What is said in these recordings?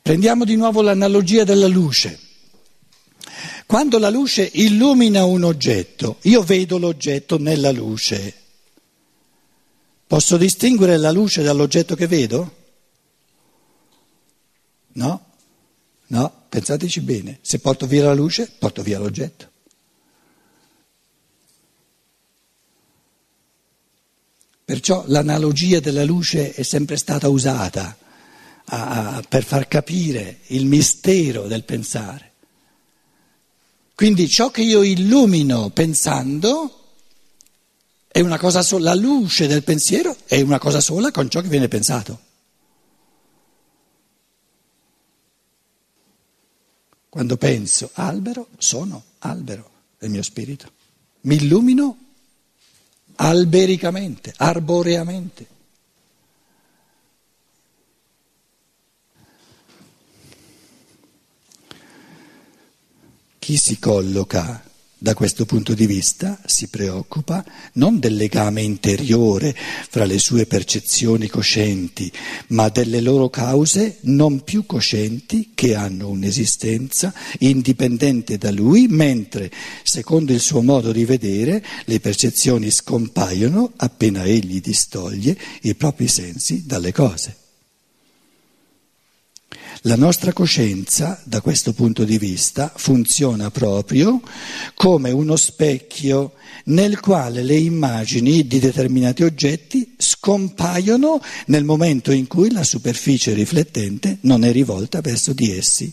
Prendiamo di nuovo l'analogia della luce. Quando la luce illumina un oggetto, io vedo l'oggetto nella luce. Posso distinguere la luce dall'oggetto che vedo? No? No? Pensateci bene. Se porto via la luce, porto via l'oggetto. Perciò l'analogia della luce è sempre stata usata per far capire il mistero del pensare. Quindi ciò che io illumino pensando è una cosa sola, la luce del pensiero è una cosa sola con ciò che viene pensato. Quando penso albero, sono albero del mio spirito. Mi illumino albericamente, arboreamente. Chi si colloca da questo punto di vista si preoccupa non del legame interiore fra le sue percezioni coscienti, ma delle loro cause non più coscienti che hanno un'esistenza indipendente da lui, mentre, secondo il suo modo di vedere, le percezioni scompaiono appena egli distoglie i propri sensi dalle cose. La nostra coscienza, da questo punto di vista, funziona proprio come uno specchio nel quale le immagini di determinati oggetti scompaiono nel momento in cui la superficie riflettente non è rivolta verso di essi.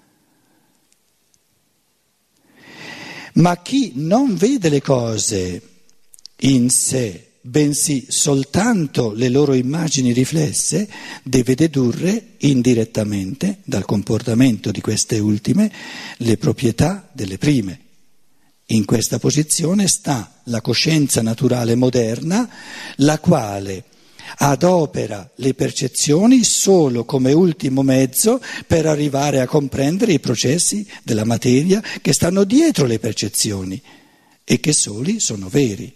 Ma chi non vede le cose in sé, bensì soltanto le loro immagini riflesse, deve dedurre indirettamente dal comportamento di queste ultime le proprietà delle prime. In questa posizione sta la coscienza naturale moderna, la quale adopera le percezioni solo come ultimo mezzo per arrivare a comprendere i processi della materia che stanno dietro le percezioni e che soli sono veri.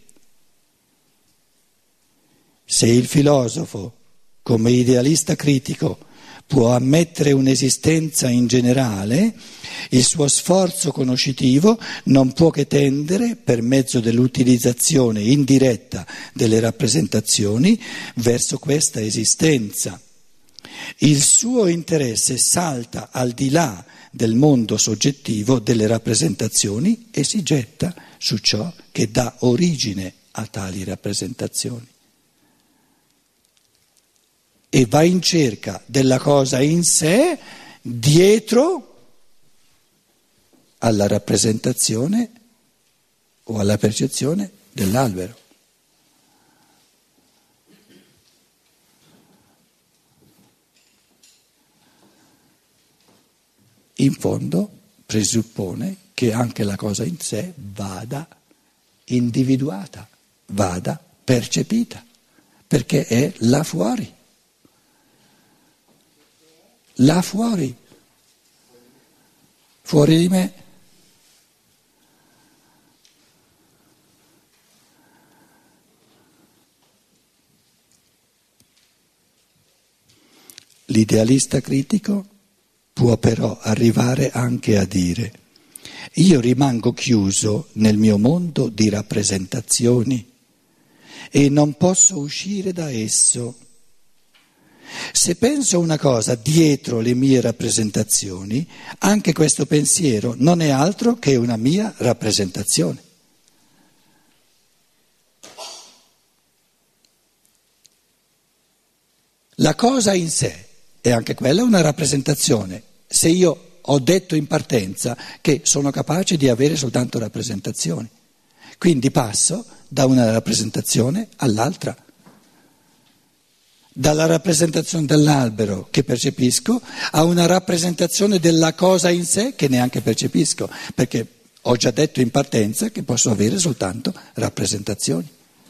Se il filosofo, come idealista critico, può ammettere un'esistenza in generale, il suo sforzo conoscitivo non può che tendere, per mezzo dell'utilizzazione indiretta delle rappresentazioni, verso questa esistenza. Il suo interesse salta al di là del mondo soggettivo delle rappresentazioni e si getta su ciò che dà origine a tali rappresentazioni. E va in cerca della cosa in sé dietro alla rappresentazione o alla percezione dell'albero. In fondo presuppone che anche la cosa in sé vada individuata, vada percepita, perché è là fuori. Là fuori, fuori di me. L'idealista critico può però arrivare anche a dire: io rimango chiuso nel mio mondo di rappresentazioni e non posso uscire da esso. Se penso una cosa dietro le mie rappresentazioni, anche questo pensiero non è altro che una mia rappresentazione. La cosa in sé è anche quella una rappresentazione. Se io ho detto in partenza che sono capace di avere soltanto rappresentazioni, quindi passo da una rappresentazione all'altra. Dalla rappresentazione dell'albero che percepisco a una rappresentazione della cosa in sé che neanche percepisco, perché ho già detto in partenza che posso avere soltanto rappresentazioni.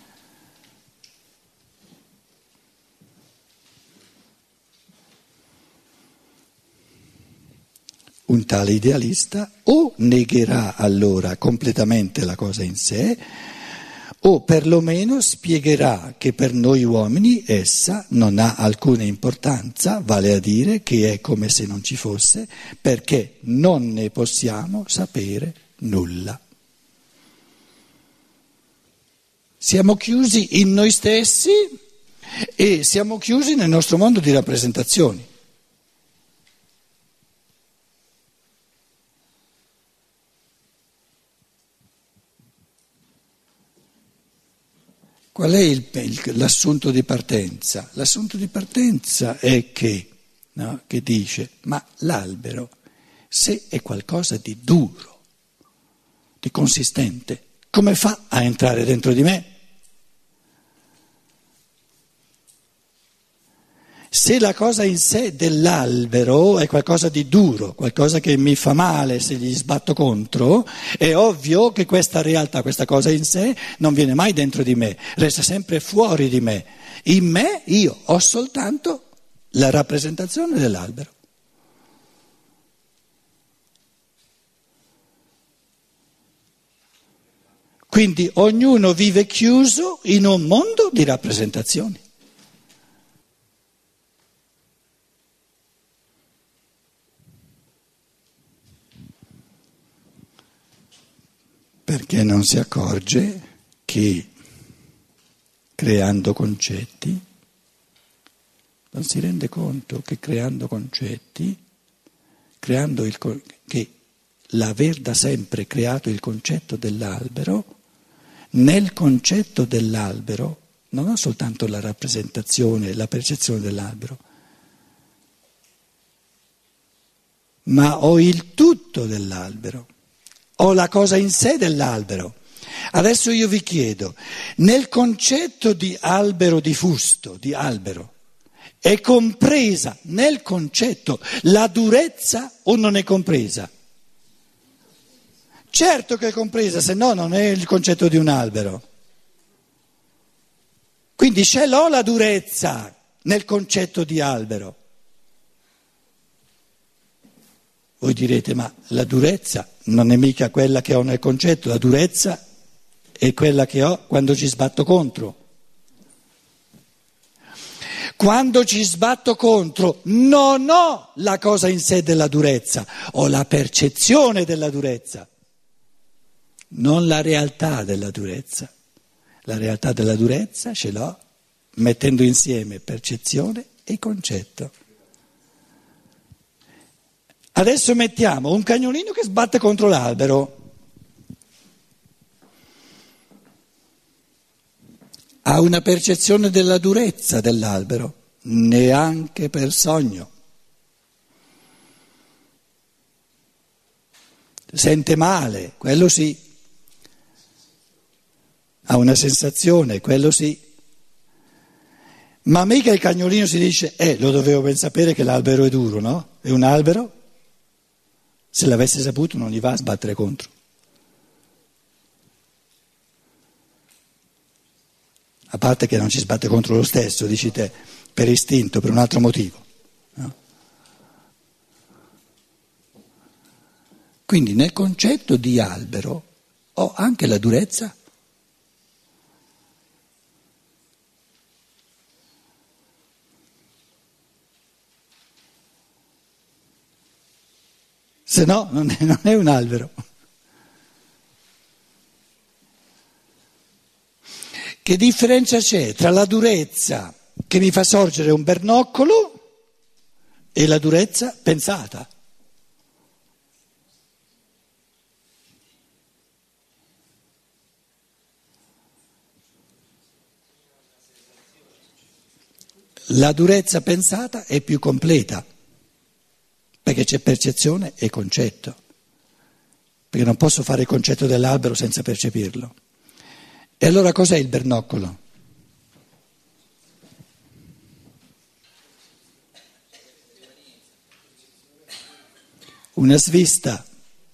Un tale idealista o negherà allora completamente la cosa in sé, o perlomeno spiegherà che per noi uomini essa non ha alcuna importanza, vale a dire che è come se non ci fosse, perché non ne possiamo sapere nulla. Siamo chiusi in noi stessi e siamo chiusi nel nostro mondo di rappresentazioni. Qual è l'assunto di partenza? L'assunto di partenza è che dice, ma l'albero, se è qualcosa di duro, di consistente, come fa a entrare dentro di me? Se la cosa in sé dell'albero è qualcosa di duro, qualcosa che mi fa male se gli sbatto contro, è ovvio che questa realtà, questa cosa in sé, non viene mai dentro di me, resta sempre fuori di me. In me io ho soltanto la rappresentazione dell'albero. Quindi ognuno vive chiuso in un mondo di rappresentazioni. Perché non si accorge che creando concetti, non si rende conto che creando concetti, che l'aver da sempre creato il concetto dell'albero, nel concetto dell'albero non ho soltanto la rappresentazione, la percezione dell'albero, ma ho il tutto dell'albero. Ho la cosa in sé dell'albero. Adesso io vi chiedo, nel concetto di albero di fusto, di albero, è compresa nel concetto la durezza o non è compresa? Certo che è compresa, se no non è il concetto di un albero. Quindi ce l'ho la durezza nel concetto di albero. Voi direte, ma la durezza non è mica quella che ho nel concetto, la durezza è quella che ho quando ci sbatto contro. Quando ci sbatto contro non ho la cosa in sé della durezza, ho la percezione della durezza, non la realtà della durezza. La realtà della durezza ce l'ho mettendo insieme percezione e concetto. Adesso mettiamo un cagnolino che sbatte contro l'albero. Ha una percezione della durezza dell'albero, neanche per sogno. Sente male, quello sì. Ha una sensazione, quello sì. Ma mica il cagnolino si dice, lo dovevo ben sapere che l'albero è duro, no? È un albero? Se l'avesse saputo non gli va a sbattere contro. A parte che non ci sbatte contro lo stesso, dici te, per istinto, per un altro motivo. No? Quindi nel concetto di albero ho anche la durezza. Se no non è un albero. Che differenza c'è tra la durezza che mi fa sorgere un bernoccolo e la durezza pensata? La durezza pensata è più completa, perché c'è percezione e concetto, perché non posso fare il concetto dell'albero senza percepirlo. E allora cos'è il bernoccolo? Una svista,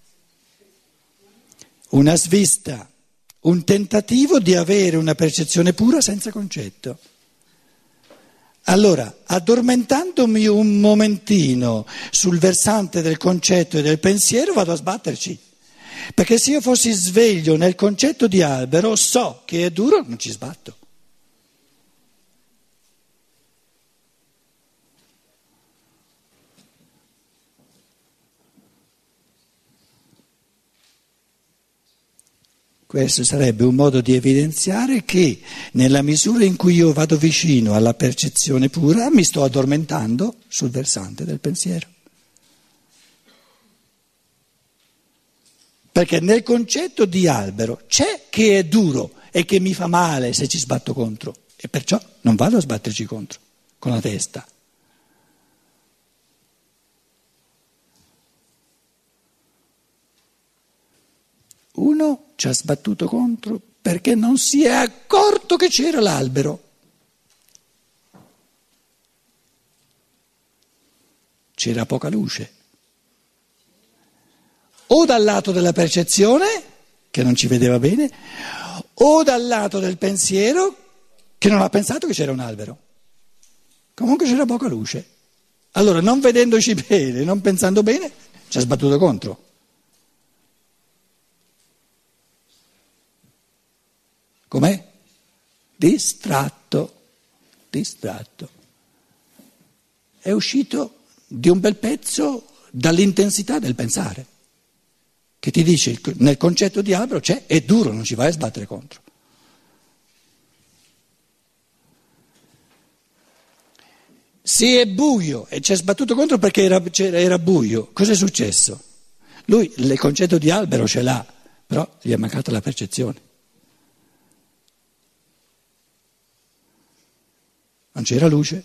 un tentativo di avere una percezione pura senza concetto. Allora, addormentandomi un momentino sul versante del concetto e del pensiero, vado a sbatterci, Perché se io fossi sveglio nel concetto di albero, so che è duro, non ci sbatto. Questo sarebbe un modo di evidenziare che nella misura in cui io vado vicino alla percezione pura, mi sto addormentando sul versante del pensiero. Perché nel concetto di albero c'è che è duro e che mi fa male se ci sbatto contro, e perciò non vado a sbatterci contro con la testa. Uno ci ha sbattuto contro perché non si è accorto che c'era l'albero. C'era poca luce. O dal lato della percezione, che non ci vedeva bene, o dal lato del pensiero, che non ha pensato che c'era un albero. Comunque c'era poca luce. Allora, non vedendoci bene, non pensando bene, ci ha sbattuto contro. Com'è? Distratto. È uscito di un bel pezzo dall'intensità del pensare, che ti dice nel concetto di albero c'è, è duro, non ci vai a sbattere contro. Se è buio e ci è sbattuto contro perché era buio, cosa è successo? Lui il concetto di albero ce l'ha, però gli è mancata la percezione. Non c'era luce.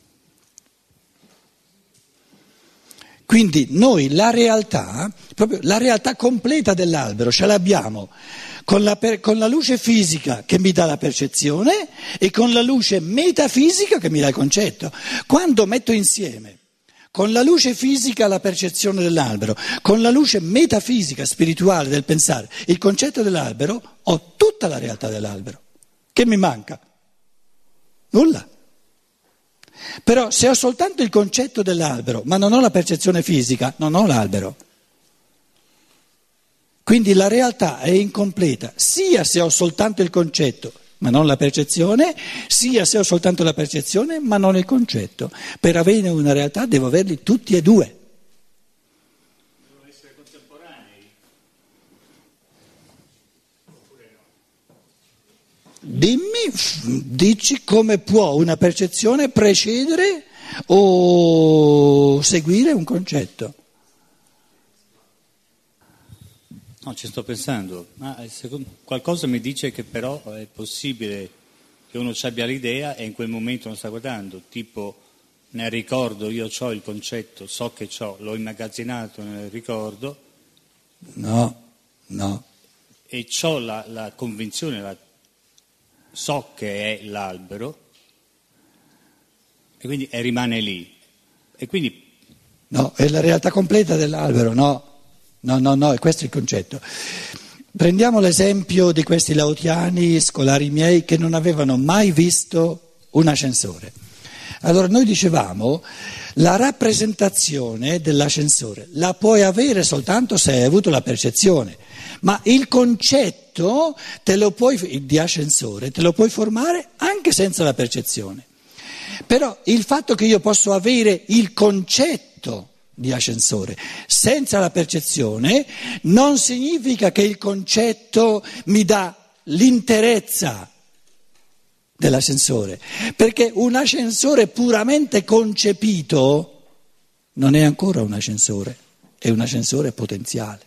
Quindi noi la realtà, proprio la realtà completa dell'albero ce l'abbiamo con la luce fisica che mi dà la percezione e con la luce metafisica che mi dà il concetto. Quando metto insieme con la luce fisica la percezione dell'albero, con la luce metafisica, spirituale del pensare, il concetto dell'albero, ho tutta la realtà dell'albero. Che mi manca? Nulla. Però se ho soltanto il concetto dell'albero, ma non ho la percezione fisica, non ho l'albero. Quindi la realtà è incompleta, sia se ho soltanto il concetto, ma non la percezione, sia se ho soltanto la percezione, ma non il concetto. Per avere una realtà devo averli tutti e due. Devono essere contemporanei? Oppure no? Dici come può una percezione precedere o seguire un concetto? No, ci sto pensando, ma qualcosa mi dice che però è possibile che uno ci abbia l'idea e in quel momento non sta guardando, tipo nel ricordo io ho il concetto, so che l'ho immagazzinato nel ricordo. No. E ho la convinzione, so che è l'albero e quindi rimane lì. E quindi... No, è la realtà completa dell'albero, no, è questo il concetto. Prendiamo l'esempio di questi laotiani, scolari miei, che non avevano mai visto un ascensore. Allora noi dicevamo, la rappresentazione dell'ascensore la puoi avere soltanto se hai avuto la percezione, ma il concetto di ascensore te lo puoi formare anche senza la percezione. Però il fatto che io posso avere il concetto di ascensore senza la percezione non significa che il concetto mi dà l'interezza dell'ascensore, perché un ascensore puramente concepito non è ancora un ascensore, è un ascensore potenziale.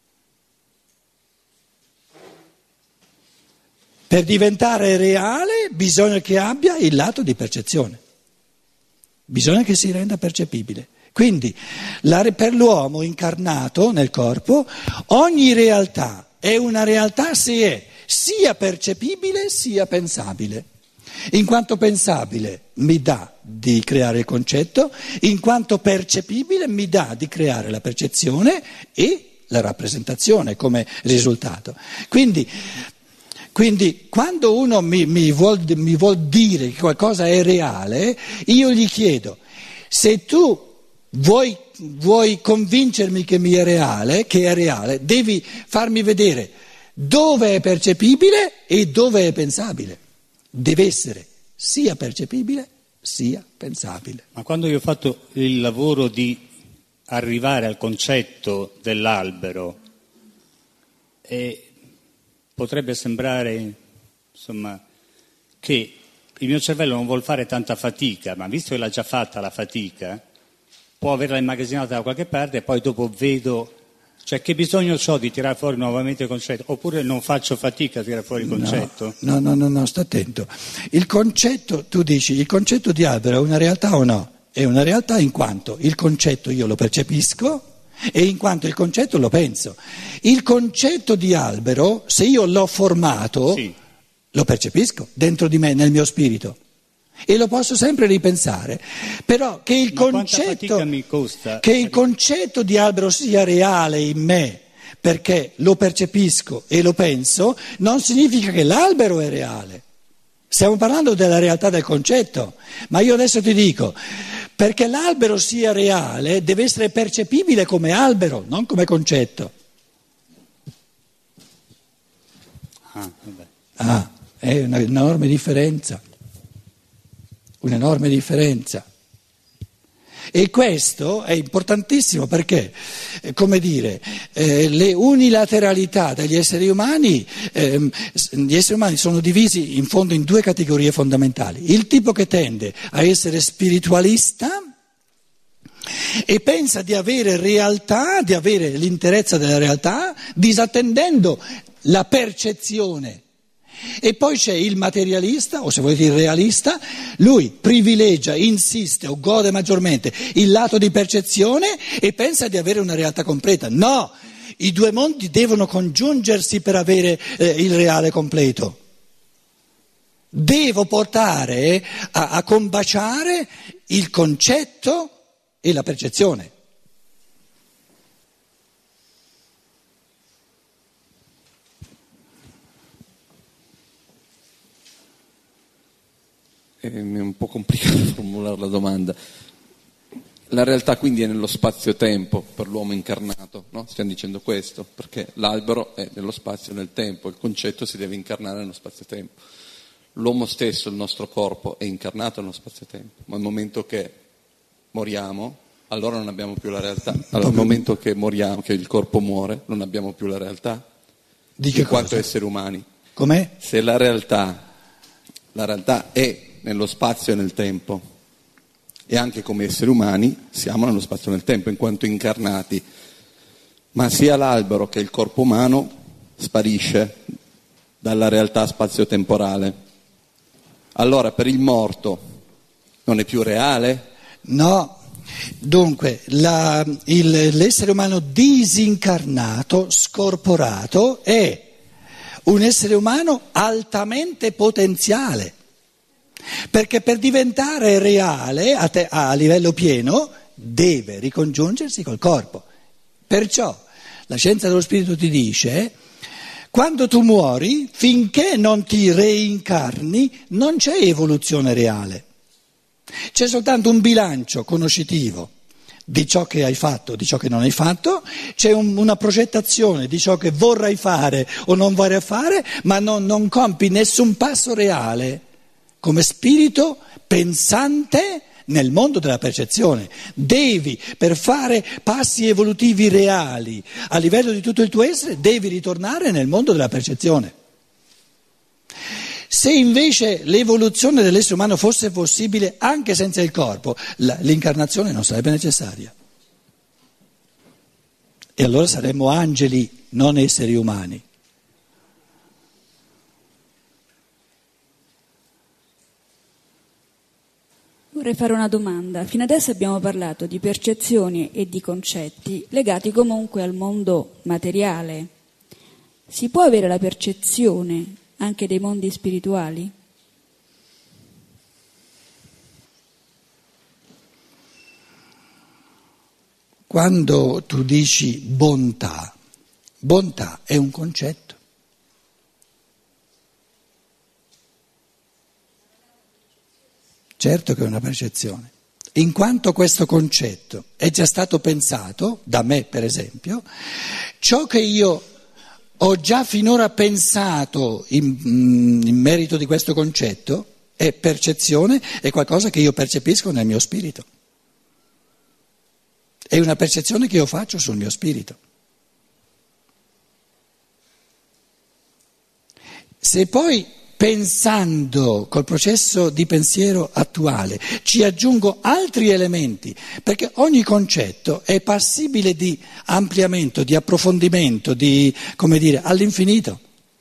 Per diventare reale bisogna che abbia il lato di percezione, bisogna che si renda percepibile. Quindi per l'uomo incarnato nel corpo ogni realtà è una realtà se è sia percepibile sia pensabile. In quanto pensabile mi dà di creare il concetto, in quanto percepibile mi dà di creare la percezione e la rappresentazione come risultato. Quindi quando uno mi vuol dire che qualcosa è reale, io gli chiedo, se tu Vuoi convincermi che mi è reale, devi farmi vedere dove è percepibile e dove è pensabile. Deve essere sia percepibile sia pensabile. Ma quando io ho fatto il lavoro di arrivare al concetto dell'albero, potrebbe sembrare, insomma, che il mio cervello non vuol fare tanta fatica, ma visto che l'ha già fatta la fatica, può averla immagazzinata da qualche parte e poi dopo vedo, cioè che bisogno ho di tirare fuori nuovamente il concetto, oppure non faccio fatica a tirare fuori il concetto? No, sta attento. Il concetto, tu dici, il concetto di albero è una realtà o no? È una realtà in quanto il concetto io lo percepisco e in quanto il concetto lo penso. Il concetto di albero, se io l'ho formato, Sì. Lo percepisco dentro di me, nel mio spirito, e lo posso sempre ripensare. Però che il concetto, mi costa? che il concetto di albero sia reale in me, perché lo percepisco e lo penso, non significa che l'albero è reale. Stiamo parlando della realtà del concetto, ma io adesso ti dico, perché l'albero sia reale deve essere percepibile come albero, non come concetto. È un'enorme differenza, un'enorme differenza. E questo è importantissimo perché, come dire, le unilateralità degli esseri umani, gli esseri umani sono divisi in fondo in due categorie fondamentali. Il tipo che tende a essere spiritualista e pensa di avere realtà, di avere l'interezza della realtà, disattendendo la percezione. E poi c'è il materialista, o se volete il realista, lui privilegia, insiste o gode maggiormente il lato di percezione e pensa di avere una realtà completa. No, i due mondi devono congiungersi per avere il reale completo. Devo portare a combaciare il concetto e la percezione. È un po' complicato formulare la domanda. La realtà quindi è nello spazio-tempo per l'uomo incarnato, no? Stiamo dicendo questo, perché l'albero è nello spazio e nel tempo, il concetto si deve incarnare nello spazio-tempo. L'uomo stesso, il nostro corpo, è incarnato nello spazio-tempo, ma nel momento che moriamo, allora non abbiamo più la realtà. Allora, nel momento che moriamo, che il corpo muore, non abbiamo più la realtà Di che quanto cosa? esseri umani. Com'è? Se la realtà è nello spazio e nel tempo, e anche come esseri umani siamo nello spazio e nel tempo in quanto incarnati, ma sia l'albero che il corpo umano sparisce dalla realtà spazio-temporale. Allora per il morto non è più reale? No, dunque l'essere umano disincarnato, scorporato, è un essere umano altamente potenziale. Perché per diventare reale a livello pieno deve ricongiungersi col corpo. Perciò la scienza dello spirito ti dice, quando tu muori, finché non ti reincarni, non c'è evoluzione reale. C'è soltanto un bilancio conoscitivo di ciò che hai fatto, di ciò che non hai fatto, c'è una progettazione di ciò che vorrai fare o non vorrai fare, ma non compi nessun passo reale. Come spirito pensante nel mondo della percezione. Devi, per fare passi evolutivi reali a livello di tutto il tuo essere, devi ritornare nel mondo della percezione. Se invece l'evoluzione dell'essere umano fosse possibile anche senza il corpo, l'incarnazione non sarebbe necessaria. E allora saremmo angeli, non esseri umani. Vorrei fare una domanda. Fino adesso abbiamo parlato di percezioni e di concetti legati comunque al mondo materiale. Si può avere la percezione anche dei mondi spirituali? Quando tu dici bontà è un concetto. Certo che è una percezione. in quanto questo concetto è già stato pensato, da me per esempio, ciò che io ho già finora pensato in merito di questo concetto è percezione, è qualcosa che io percepisco nel mio spirito. È una percezione che io faccio sul mio spirito. Se poi pensando col processo di pensiero attuale ci aggiungo altri elementi, perché ogni concetto è passibile di ampliamento, di approfondimento, di, come dire, all'infinito.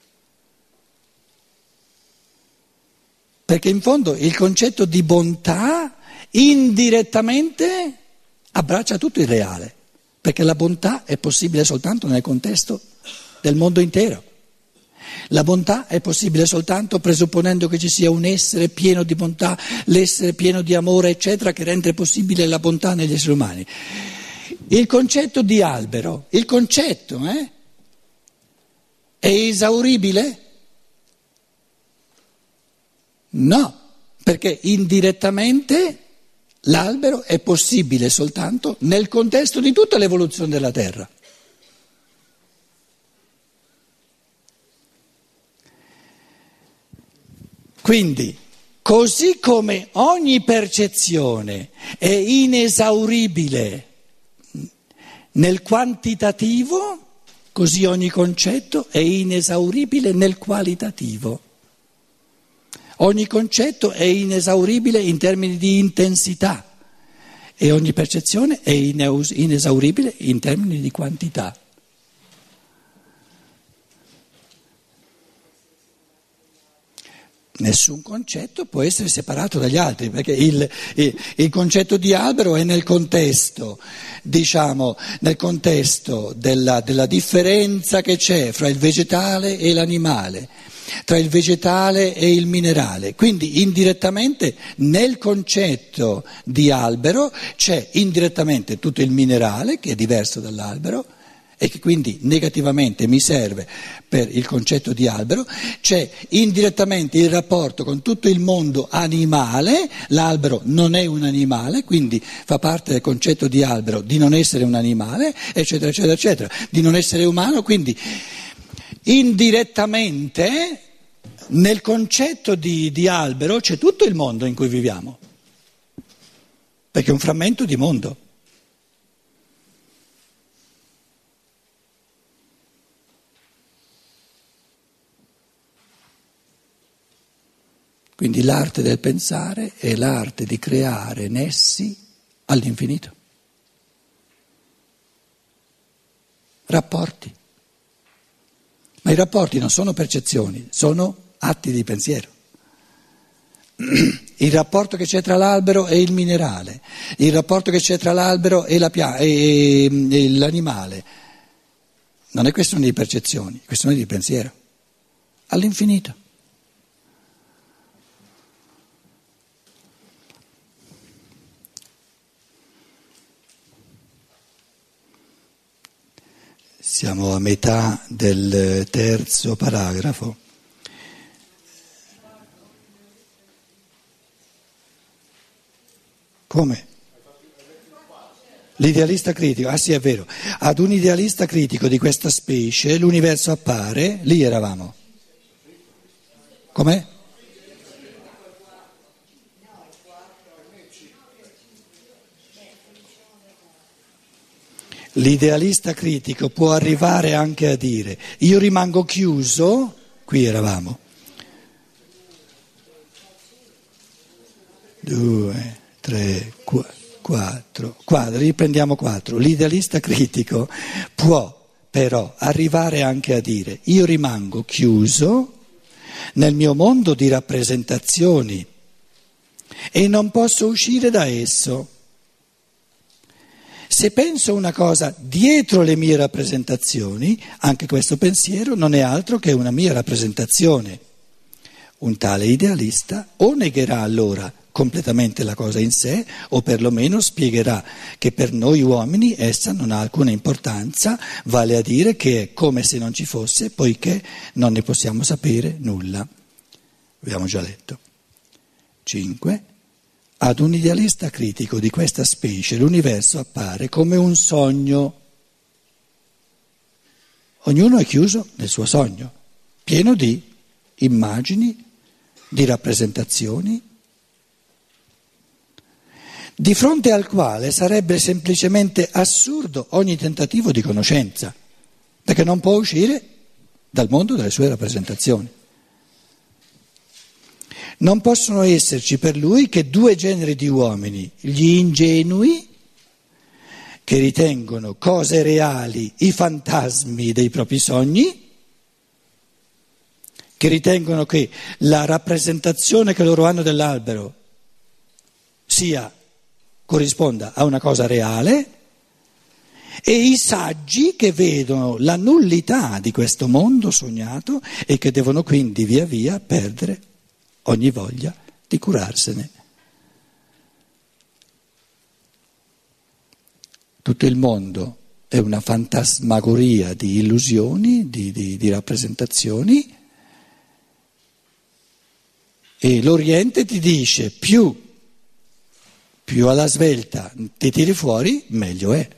Perché in fondo il concetto di bontà indirettamente abbraccia tutto il reale, perché la bontà è possibile soltanto nel contesto del mondo intero. La bontà è possibile soltanto presupponendo che ci sia un essere pieno di bontà, l'essere pieno di amore, eccetera, che rende possibile la bontà negli esseri umani. Il concetto di albero, il concetto è esauribile? No, perché indirettamente l'albero è possibile soltanto nel contesto di tutta l'evoluzione della Terra. Quindi, così come ogni percezione è inesauribile nel quantitativo, così ogni concetto è inesauribile nel qualitativo. Ogni concetto è inesauribile in termini di intensità e ogni percezione è inesauribile in termini di quantità. Nessun concetto può essere separato dagli altri, perché il concetto di albero è nel contesto, diciamo, nel contesto della differenza che c'è fra il vegetale e l'animale, tra il vegetale e il minerale. Quindi indirettamente nel concetto di albero c'è indirettamente tutto il minerale, che è diverso dall'albero, e che quindi negativamente mi serve per il concetto di albero, c'è indirettamente il rapporto con tutto il mondo animale, l'albero non è un animale, quindi fa parte del concetto di albero di non essere un animale, eccetera, eccetera, eccetera, di non essere umano, quindi indirettamente nel concetto di albero c'è tutto il mondo in cui viviamo, perché è un frammento di mondo. Quindi l'arte del pensare è l'arte di creare nessi all'infinito. Rapporti. Ma i rapporti non sono percezioni, sono atti di pensiero. Il rapporto che c'è tra l'albero e il minerale, il rapporto che c'è tra l'albero e l'animale, non è questione di percezioni, è questione di pensiero. All'infinito. Siamo a metà del terzo paragrafo. Come? L'idealista critico, ah sì è vero, ad un idealista critico di questa specie l'universo appare, lì eravamo. Com'è? L'idealista critico può arrivare anche a dire, io rimango chiuso, qui eravamo, 2, 3, 4, riprendiamo 4, l'idealista critico può però arrivare anche a dire, io rimango chiuso nel mio mondo di rappresentazioni e non posso uscire da esso. Se penso una cosa dietro le mie rappresentazioni, anche questo pensiero non è altro che una mia rappresentazione. Un tale idealista o negherà allora completamente la cosa in sé, o perlomeno spiegherà che per noi uomini essa non ha alcuna importanza, vale a dire che è come se non ci fosse, poiché non ne possiamo sapere nulla. Abbiamo già letto. 5. Ad un idealista critico di questa specie l'universo appare come un sogno. Ognuno è chiuso nel suo sogno, pieno di immagini, di rappresentazioni, di fronte al quale sarebbe semplicemente assurdo ogni tentativo di conoscenza, perché non può uscire dal mondo delle sue rappresentazioni. Non possono esserci per lui che due generi di uomini, gli ingenui, che ritengono cose reali i fantasmi dei propri sogni, che ritengono che la rappresentazione che loro hanno dell'albero corrisponda a una cosa reale, e i saggi che vedono la nullità di questo mondo sognato e che devono quindi via via perdere ogni voglia di curarsene. Tutto il mondo è una fantasmagoria di illusioni, di rappresentazioni, e l'Oriente ti dice più alla svelta ti tiri fuori, meglio è.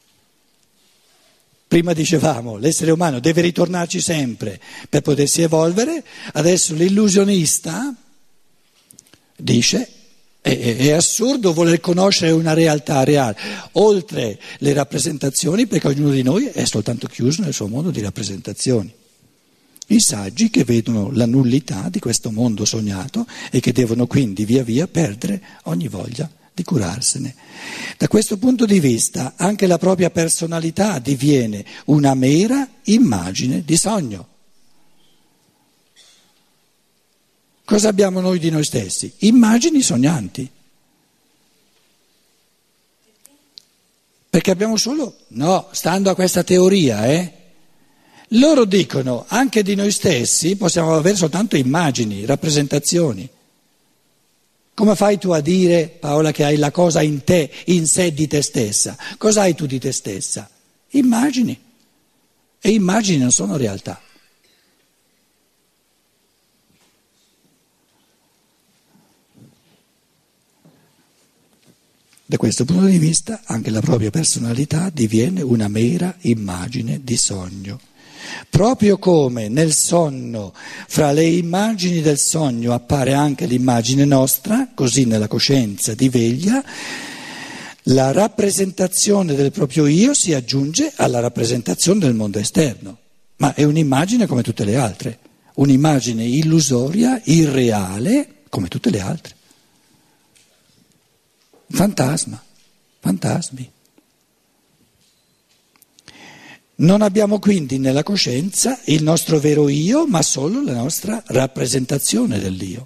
Prima dicevamo, l'essere umano deve ritornarci sempre per potersi evolvere, adesso l'illusionista dice è assurdo voler conoscere una realtà reale, oltre le rappresentazioni, perché ognuno di noi è soltanto chiuso nel suo mondo di rappresentazioni. I saggi che vedono la nullità di questo mondo sognato e che devono quindi via via perdere ogni voglia di curarsene. Da questo punto di vista anche la propria personalità diviene una mera immagine di sogno. Cosa abbiamo noi di noi stessi? Immagini sognanti. Perché abbiamo stando a questa teoria, loro dicono anche di noi stessi possiamo avere soltanto immagini, rappresentazioni. Come fai tu a dire, Paola, che hai la cosa in te, in sé di te stessa? Cosa hai tu di te stessa? Immagini. E immagini non sono realtà. Da questo punto di vista anche la propria personalità diviene una mera immagine di sogno. Proprio come nel sonno, fra le immagini del sogno appare anche l'immagine nostra, così nella coscienza di veglia, la rappresentazione del proprio io si aggiunge alla rappresentazione del mondo esterno, ma è un'immagine come tutte le altre, un'immagine illusoria, irreale, come tutte le altre. Fantasmi. Non abbiamo quindi nella coscienza il nostro vero io, ma solo la nostra rappresentazione dell'io.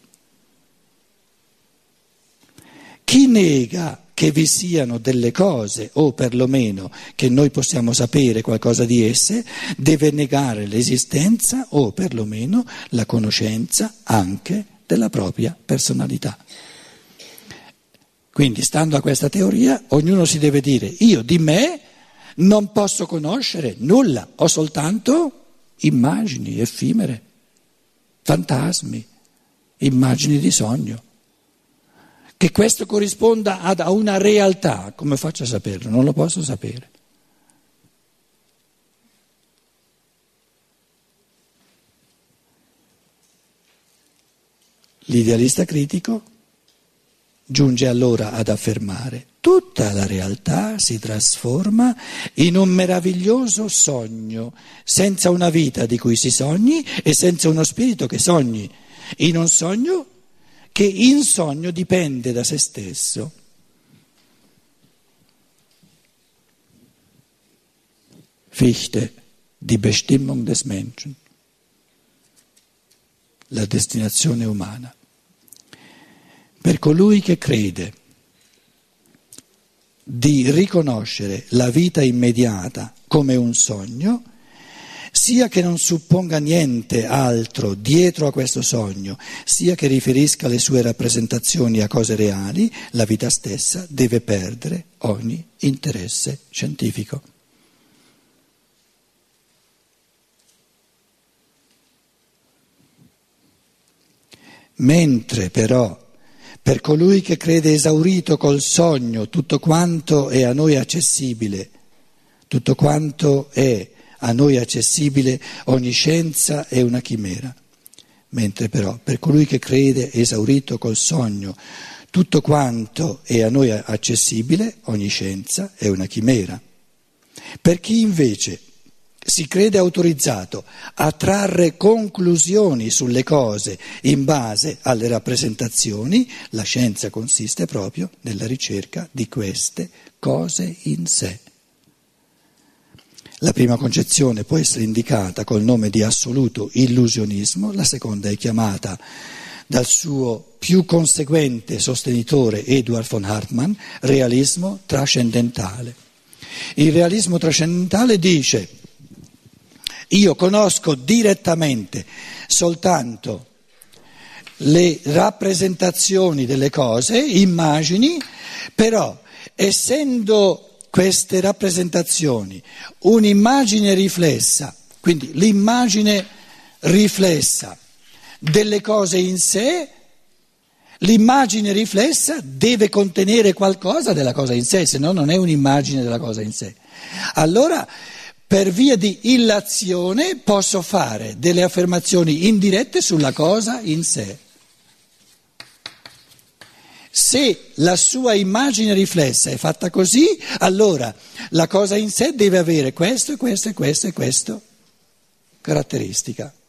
Chi nega che vi siano delle cose, o perlomeno che noi possiamo sapere qualcosa di esse, deve negare l'esistenza o perlomeno la conoscenza anche della propria personalità. Quindi, stando a questa teoria, ognuno si deve dire: io di me non posso conoscere nulla, ho soltanto immagini effimere, fantasmi, immagini di sogno. Che questo corrisponda a una realtà, come faccio a saperlo? Non lo posso sapere. L'idealista critico giunge allora ad affermare: tutta la realtà si trasforma in un meraviglioso sogno, senza una vita di cui si sogni e senza uno spirito che sogni, in un sogno che in sogno dipende da se stesso. Fichte, die Bestimmung des Menschen, la destinazione umana. Per colui che crede di riconoscere la vita immediata come un sogno, sia che non supponga niente altro dietro a questo sogno, sia che riferisca le sue rappresentazioni a cose reali, la vita stessa deve perdere ogni interesse scientifico. Mentre però Per colui che crede esaurito col sogno tutto quanto è a noi accessibile, tutto quanto è a noi accessibile, ogni scienza è una chimera. Mentre però per colui che crede esaurito col sogno tutto quanto è a noi accessibile, ogni scienza è una chimera. Per chi invece si crede autorizzato a trarre conclusioni sulle cose in base alle rappresentazioni, la scienza consiste proprio nella ricerca di queste cose in sé. La prima concezione può essere indicata col nome di assoluto illusionismo, la seconda è chiamata dal suo più conseguente sostenitore Eduard von Hartmann realismo trascendentale. Il realismo trascendentale dice: io conosco direttamente soltanto le rappresentazioni delle cose, immagini, però essendo queste rappresentazioni un'immagine riflessa, quindi l'immagine riflessa delle cose in sé, l'immagine riflessa deve contenere qualcosa della cosa in sé, se no non è un'immagine della cosa in sé. Allora, per via di illazione posso fare delle affermazioni indirette sulla cosa in sé. Se la sua immagine riflessa è fatta così, allora la cosa in sé deve avere questo e questo e questo e questo caratteristica.